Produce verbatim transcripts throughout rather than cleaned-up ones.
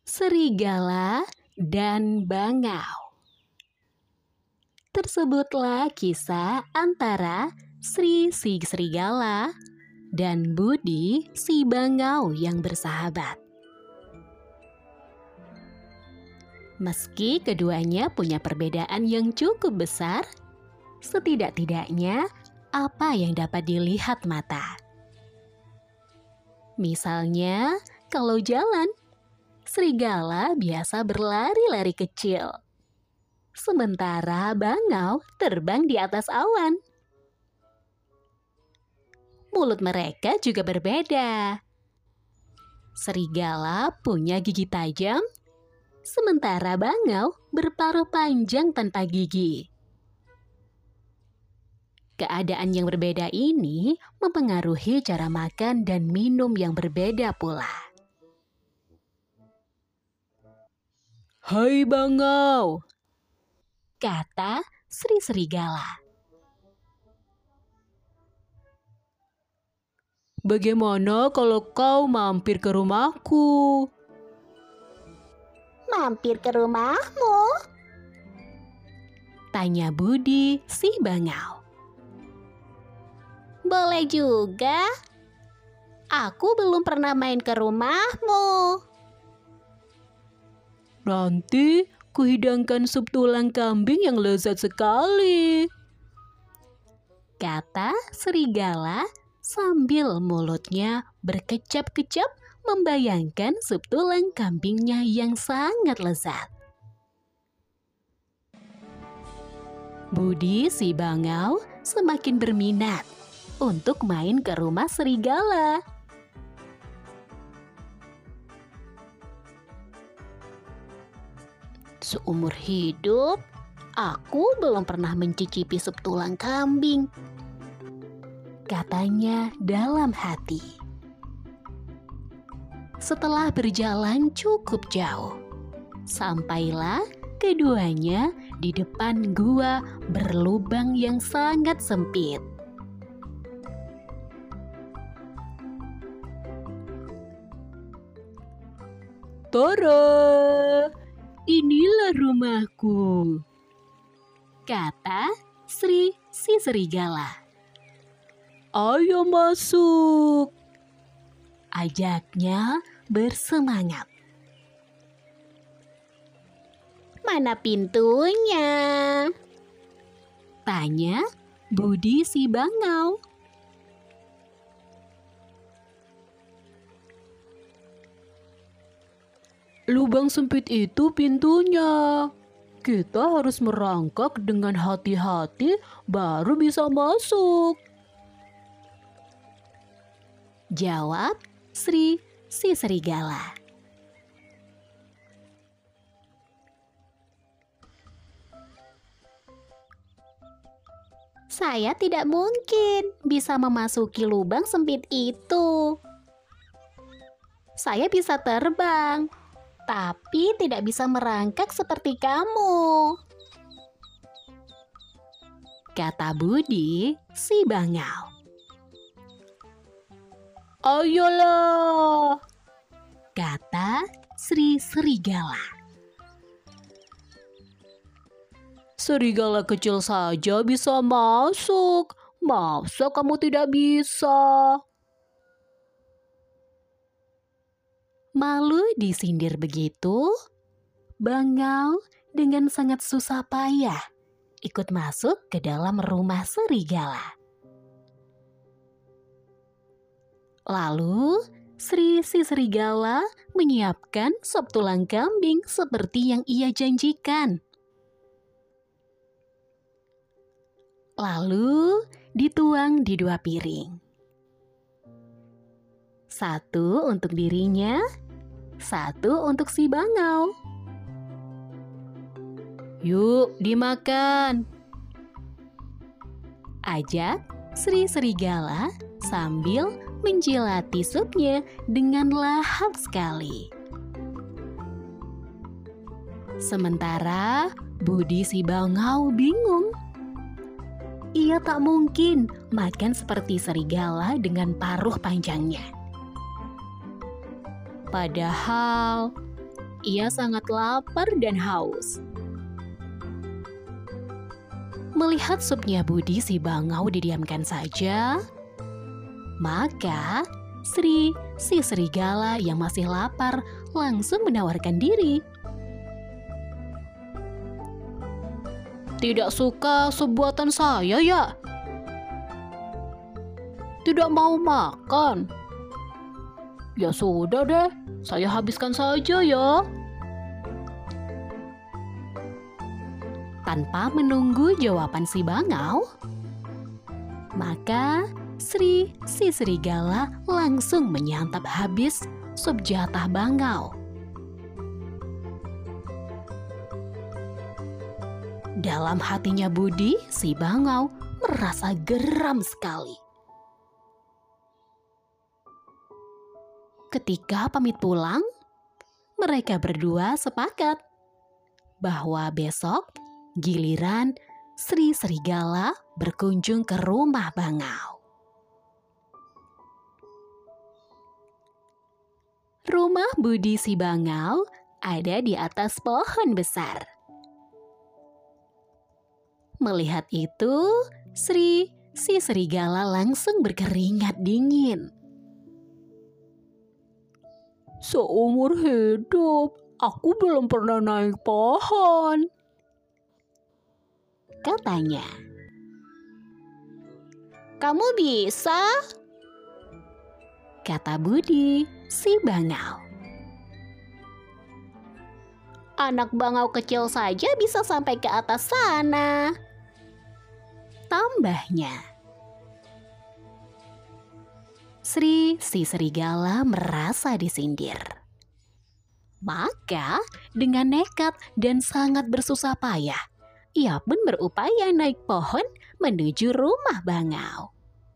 Serigala dan Bangau. Tersebutlah kisah antara Sri si serigala dan Budi si bangau yang bersahabat. Meski keduanya punya perbedaan yang cukup besar, setidak-tidaknya apa yang dapat dilihat mata. Misalnya, kalau jalan, serigala biasa berlari-lari kecil, sementara bangau terbang di atas awan. Mulut mereka juga berbeda. Serigala punya gigi tajam, sementara bangau berparuh panjang tanpa gigi. Keadaan yang berbeda ini mempengaruhi cara makan dan minum yang berbeda pula. "Hai bangau," kata Sri serigala. "Bagaimana kalau kau mampir ke rumahku?" "Mampir ke rumahmu?" tanya Budi si bangau. "Boleh juga. Aku belum pernah main ke rumahmu." "Nanti kuhidangkan sup tulang kambing yang lezat sekali," kata serigala sambil mulutnya berkecap-kecap membayangkan sup tulang kambingnya yang sangat lezat. Budi si bangau semakin berminat untuk main ke rumah serigala. "Seumur hidup, aku belum pernah mencicipi sup tulang kambing," katanya dalam hati. Setelah berjalan cukup jauh, sampailah keduanya di depan gua berlubang yang sangat sempit. "Tara, inilah rumahku," kata Sri si serigala. "Ayo masuk," ajaknya bersemangat. "Mana pintunya?" tanya Budi si bangau. "Lubang sempit itu pintunya. Kita harus merangkak dengan hati-hati baru bisa masuk," jawab Sri si serigala. "Saya tidak mungkin bisa memasuki lubang sempit itu. Saya bisa terbang, tapi tidak bisa merangkak seperti kamu," kata Budi si bangau. "Ayolah," kata Sri serigala. "Serigala kecil saja bisa masuk. Masa kamu tidak bisa?" Malu disindir begitu, bangau dengan sangat susah payah ikut masuk ke dalam rumah serigala. Lalu Sri si serigala menyiapkan sop tulang kambing seperti yang ia janjikan. Lalu dituang di dua piring. Satu untuk dirinya, satu untuk si bangau. "Yuk dimakan," ajak Sri serigala sambil menjilati supnya dengan lahap sekali. Sementara Budi si bangau bingung. Ia tak mungkin makan seperti serigala dengan paruh panjangnya. Padahal ia sangat lapar dan haus. Melihat supnya Budi si bangau didiamkan saja, maka Sri si serigala yang masih lapar langsung menawarkan diri. Tidak suka sebuatan saya ya? Tidak mau makan? Ya sudah deh, saya habiskan saja ya. Tanpa menunggu jawaban si bangau, maka Sri si serigala langsung menyantap habis sup jatah bangau. Dalam hatinya Budi si bangau merasa geram sekali. Ketika pamit pulang, mereka berdua sepakat bahwa besok giliran Sri serigala berkunjung ke rumah bangau. Rumah Budi si bangau ada di atas pohon besar. Melihat itu, Sri si serigala langsung berkeringat dingin. Seumur hidup, aku belum pernah naik pohon, katanya. Kamu bisa? Kata Budi si bangau. Anak bangau kecil saja bisa sampai ke atas sana, tambahnya. Sri si serigala merasa disindir. Maka dengan nekat dan sangat bersusah payah, ia pun berupaya naik pohon menuju rumah bangau.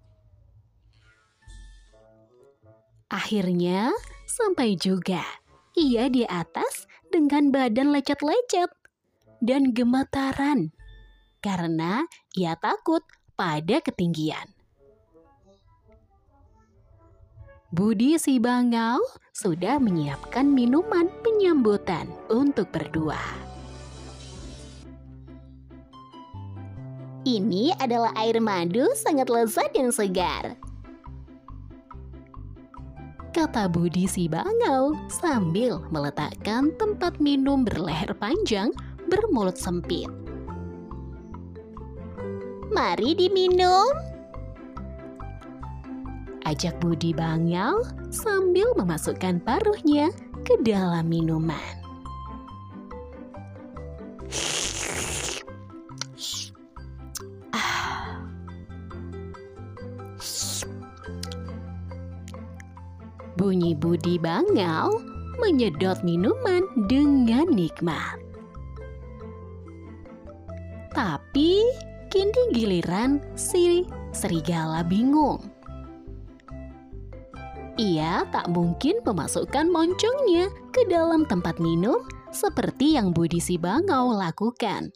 Akhirnya sampai juga ia di atas dengan badan lecet-lecet dan gemetaran karena ia takut pada ketinggian. Budi si bangau sudah menyiapkan minuman penyambutan untuk berdua. Ini adalah air madu sangat lezat dan segar, kata Budi si bangau sambil meletakkan tempat minum berleher panjang bermulut sempit. Mari diminum, ajak Budi bangau sambil memasukkan paruhnya ke dalam minuman. Bunyi Budi bangau menyedot minuman dengan nikmat. Tapi kini giliran si serigala bingung. Ia tak mungkin memasukkan moncongnya ke dalam tempat minum seperti yang Budi si bangau lakukan.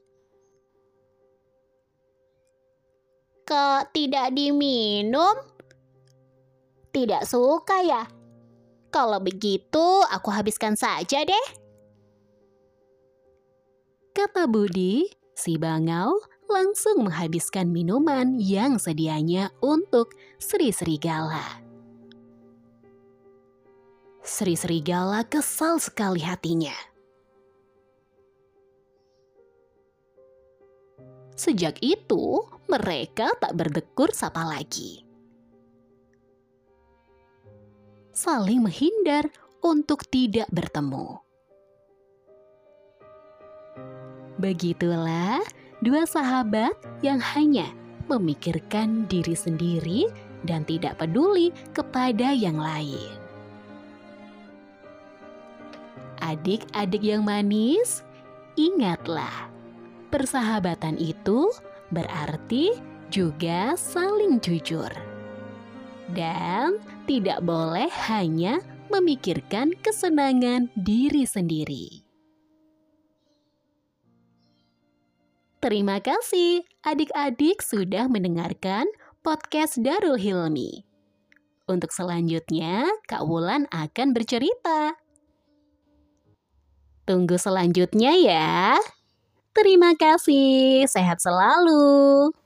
Kok tidak diminum? Tidak suka ya? Kalau begitu aku habiskan saja deh, kata Budi si bangau langsung menghabiskan minuman yang sedianya untuk Sri serigala. Sri serigala kesal sekali hatinya. Sejak itu, mereka tak berdekur sapa lagi. Saling menghindar untuk tidak bertemu. Begitulah dua sahabat yang hanya memikirkan diri sendiri dan tidak peduli kepada yang lain. Adik-adik yang manis, ingatlah, persahabatan itu berarti juga saling jujur. Dan tidak boleh hanya memikirkan kesenangan diri sendiri. Terima kasih adik-adik sudah mendengarkan podcast Darul Hilmi. Untuk selanjutnya, Kak Wulan akan bercerita. Tunggu selanjutnya ya. Terima kasih, sehat selalu.